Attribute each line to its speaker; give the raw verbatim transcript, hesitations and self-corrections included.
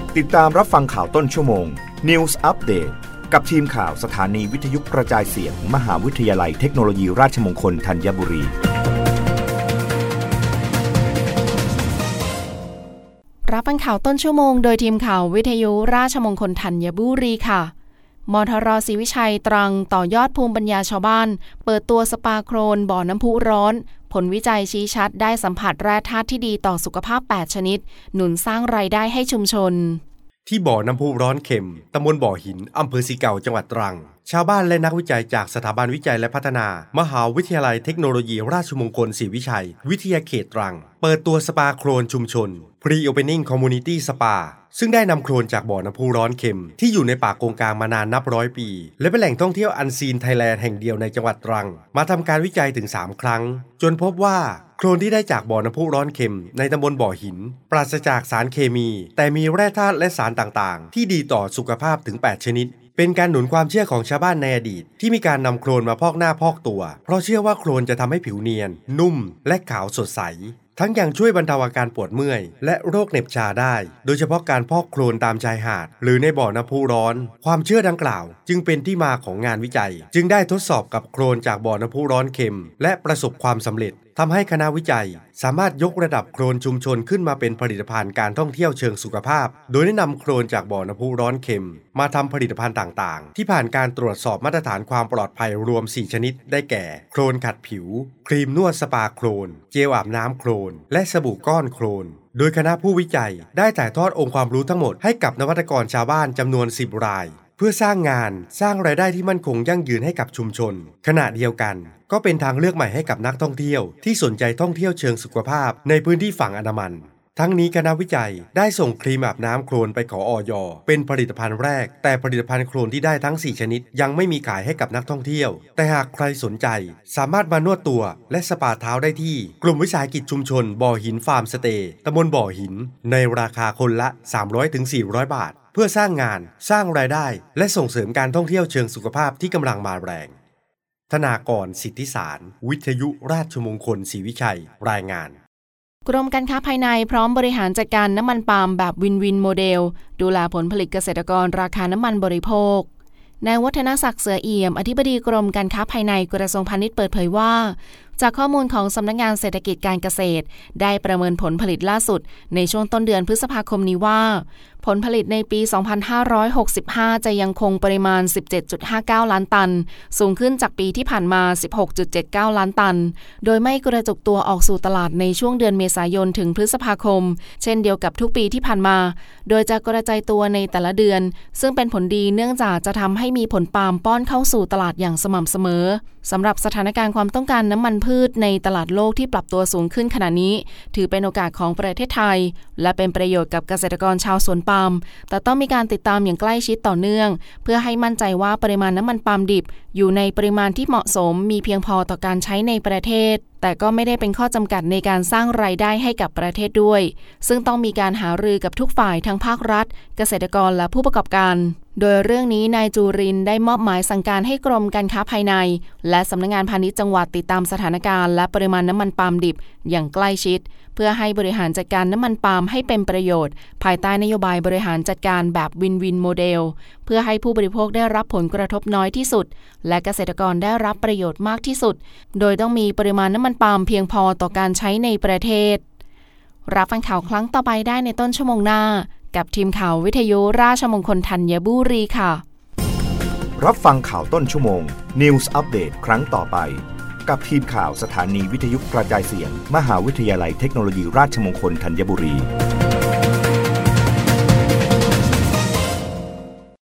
Speaker 1: ติดตามรับฟังข่าวต้นชั่วโมง News Update กับทีมข่าวสถานีวิทยุกระจายเสียง มหาวิทยาลัยเทคโนโลยีราชมงคลธัญบุรี
Speaker 2: รับฟังข่าวต้นชั่วโมงโดยทีมข่าววิทยุราชมงคลธัญบุรีค่ะมทร.ศรีวิชัยตรังต่อยอดภูมิปัญญาชาวบ้านเปิดตัวสปาโครนบ่อน้ำพุร้อนผลวิจัยชี้ชัดได้สัมผัสแร่ธาตุที่ดีต่อสุขภาพแปดชนิดหนุนสร้างรายได้ให้ชุมชน
Speaker 3: ที่บ่อน้ำพุร้อนเข็มตำบลบ่อหินอำเภอสิเก่าจังหวัดตรังชาวบ้านและนักวิจัยจากสถาบันวิจัยและพัฒนามหาวิทยาลัยเทคโนโลยีราชมงคลศรีวิชัยวิทยาเขตตรังเปิดตัวสปาโครนชุมชน Pre-Opening Community Spa ซึ่งได้นำโครนจากบ่อน้ำพุร้อนเข็มที่อยู่ในป่าโกงกางมานานนับร้อยปีและเป็นแหล่งท่องเที่ยวอันซีนไทยแลนด์แห่งเดียวในจังหวัดตรังมาทำการวิจัยถึงสามครั้งจนพบว่าโครนที่ได้จากบ่อน้ำพุร้อนเข็มในตำบลบ่อหินปราศจากสารเคมีแต่มีแร่ธาตุและสารต่างๆที่ดีต่อสุขภาพถึงแปดชนิดเป็นการหนุนความเชื่อของชาวบ้านในอดีตที่มีการนำโครนมาพอกหน้าพอกตัวเพราะเชื่อว่าโครนจะทำให้ผิวเนียนนุ่มและขาวสดใสทั้งยังช่วยบรรเทาอาการปวดเมื่อยและโรคเหน็บชาได้โดยเฉพาะการพอกโครนตามชายหาดหรือในบ่อน้ำพุร้อนความเชื่อดังกล่าวจึงเป็นที่มาของงานวิจัยจึงได้ทดสอบกับโครนจากบ่อน้ำพุร้อนเค็มและประสบความสำเร็จทำให้คณะวิจัยสามารถยกระดับโครนชุมชนขึ้นมาเป็นผลิตภัณฑ์การท่องเที่ยวเชิงสุขภาพโดยได้นำโครนจากบ่อน้ำพุร้อนเค็มมาทำผลิตภัณฑ์ต่างๆที่ผ่านการตรวจสอบมาตรฐานความปลอดภัยรวมสี่ชนิดได้แก่โครนขัดผิวครีมนวดสปาโครนเจลอาบน้ำโครนและสบู่ก้อนโครนโดยคณะผู้วิจัยได้ถ่ายทอดองค์ความรู้ทั้งหมดให้กับนวัตกรชาวบ้านจำนวนสิบรายเพื่อสร้างงานสร้างรายได้ที่มั่นคงยั่งยืนให้กับชุมชนขณะเดียวกันก็เป็นทางเลือกใหม่ให้กับนักท่องเที่ยวที่สนใจท่องเที่ยวเชิงสุขภาพในพื้นที่ฝั่งอันดามันทั้งนี้คณะวิจัยได้ส่งครีมอาบน้ำโครนไปขออย.เป็นผลิตภัณฑ์แรกแต่ผลิตภัณฑ์โครนที่ได้ทั้งสี่ชนิดยังไม่มีขายให้กับนักท่องเที่ยวแต่หากใครสนใจสามารถมานวดตัวและสปาเท้าได้ที่กลุ่มวิสาหกิจชุมชนบ่อหินฟาร์มสเตย์ตำบลบ่อหินในราคาคนละ สามร้อยถึงสี่ร้อย บาทเพื่อสร้างงานสร้างรายได้และส่งเสริมการท่องเที่ยวเชิงสุขภาพที่กำลังมาแรงธนากร สิทธิสารวิทยุราชมงคลศรีวิชัยรายงาน
Speaker 2: กรมการค้าภายในพร้อมบริหารจัดการน้ำมันปาล์มแบบวินวินโมเดลดูแลผลผลิตเกษตรกรราคาน้ำมันบริโภคนายวัฒนศักดิ์เสือเอี่ยมอธิบดีกรมการค้าภายในกระทรวงพาณิชย์เปิดเผยว่าจากข้อมูลของสำนักงานเศรษฐกิจการเกษตรได้ประเมินผลผลิตล่าสุดในช่วงต้นเดือนพฤษภาคมนี้ว่าผลผลิตในปี สองพันห้าร้อยหกสิบห้า จะยังคงปริมาณ สิบเจ็ดจุดห้าเก้า ล้านตันสูงขึ้นจากปีที่ผ่านมา สิบหกจุดเจ็ดเก้า ล้านตันโดยไม่กระจุกตัวออกสู่ตลาดในช่วงเดือนเมษายนถึงพฤษภาคมเช่นเดียวกับทุกปีที่ผ่านมาโดยจะกระจายตัวในแต่ละเดือนซึ่งเป็นผลดีเนื่องจากจะทำให้มีผลปาล์มป้อนเข้าสู่ตลาดอย่างสม่ำเสมอสำหรับสถานการณ์ความต้องการน้ำมันพืชในตลาดโลกที่ปรับตัวสูงขึ้นขณะนี้ถือเป็นโอกาสของประเทศไทยและเป็นประโยชน์กับเกษตรกรชาวสวนปาล์มแต่ต้องมีการติดตามอย่างใกล้ชิดต่อเนื่องเพื่อให้มั่นใจว่าปริมาณน้ำมันปาล์มดิบอยู่ในปริมาณที่เหมาะสมมีเพียงพอต่อการใช้ในประเทศแต่ก็ไม่ได้เป็นข้อจำกัดในการสร้างรายได้ให้กับประเทศด้วยซึ่งต้องมีการหารือกับทุกฝ่ายทั้งภาครัฐเกษตรกรและผู้ประกอบการโดยเรื่องนี้นายจูรินได้มอบหมายสั่งการให้กรมการค้าภายในและสำนักงานพาณิชย์จังหวัดติดตามสถานการณ์และปริมาณน้ำมันปาล์มดิบอย่างใกล้ชิดเพื่อให้บริหารจัดการน้ำมันปาล์มให้เป็นประโยชน์ภายใต้นโยบายบริหารจัดการแบบวินวินโมเดลเพื่อให้ผู้บริโภคได้รับผลกระทบน้อยที่สุดและเกษตรกรได้รับประโยชน์มากที่สุดโดยต้องมีปริมาณน้ำมันปาล์มเพียงพอต่อการใช้ในประเทศรับฟังข่าวครั้งต่อไปได้ในต้นชั่วโมงหน้ากับทีมข่าววิทยุราชมงคลธัญบุรีค่ะ
Speaker 1: รับฟังข่าวต้นชั่วโมง News Update ครั้งต่อไปกับทีมข่าวสถานีวิทยุกระจายเสียงมหาวิทยาลัยเทคโนโลยีราชมงคลธัญบุรี